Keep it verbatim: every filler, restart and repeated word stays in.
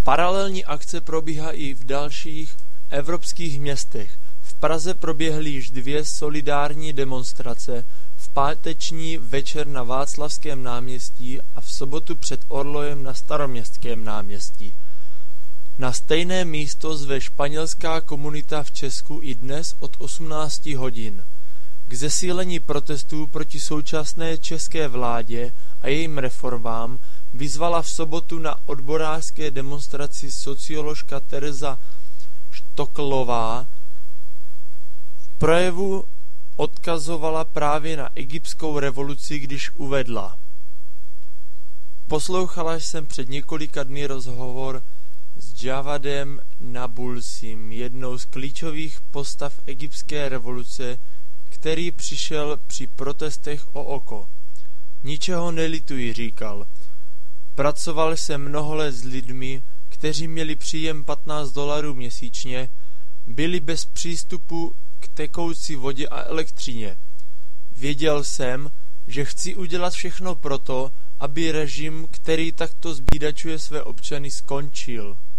Paralelní akce probíhá i v dalších evropských městech. V Praze proběhly již dvě solidární demonstrace, v páteční večer na Václavském náměstí a v sobotu před Orlojem na Staroměstském náměstí. Na stejné místo zve španělská komunita v Česku i dnes od osmnácti hodin. K zesílení protestů proti současné české vládě a jejím reformám vyzvala v sobotu na odborářské demonstraci socioložka Tereza Štoklová. V projevu odkazovala právě na egyptskou revoluci, když uvedla: Poslouchala jsem před několika dny rozhovor s Javadem Nabulsim, jednou z klíčových postav egyptské revoluce, který přišel při protestech o oko. Ničeho nelituji, říkal. Pracoval jsem mnoho let s lidmi, kteří měli příjem patnáct dolarů měsíčně, byli bez přístupu k tekoucí vodě a elektřině. Věděl jsem, že chci udělat všechno proto, aby režim, který takto zbídačuje své občany, skončil.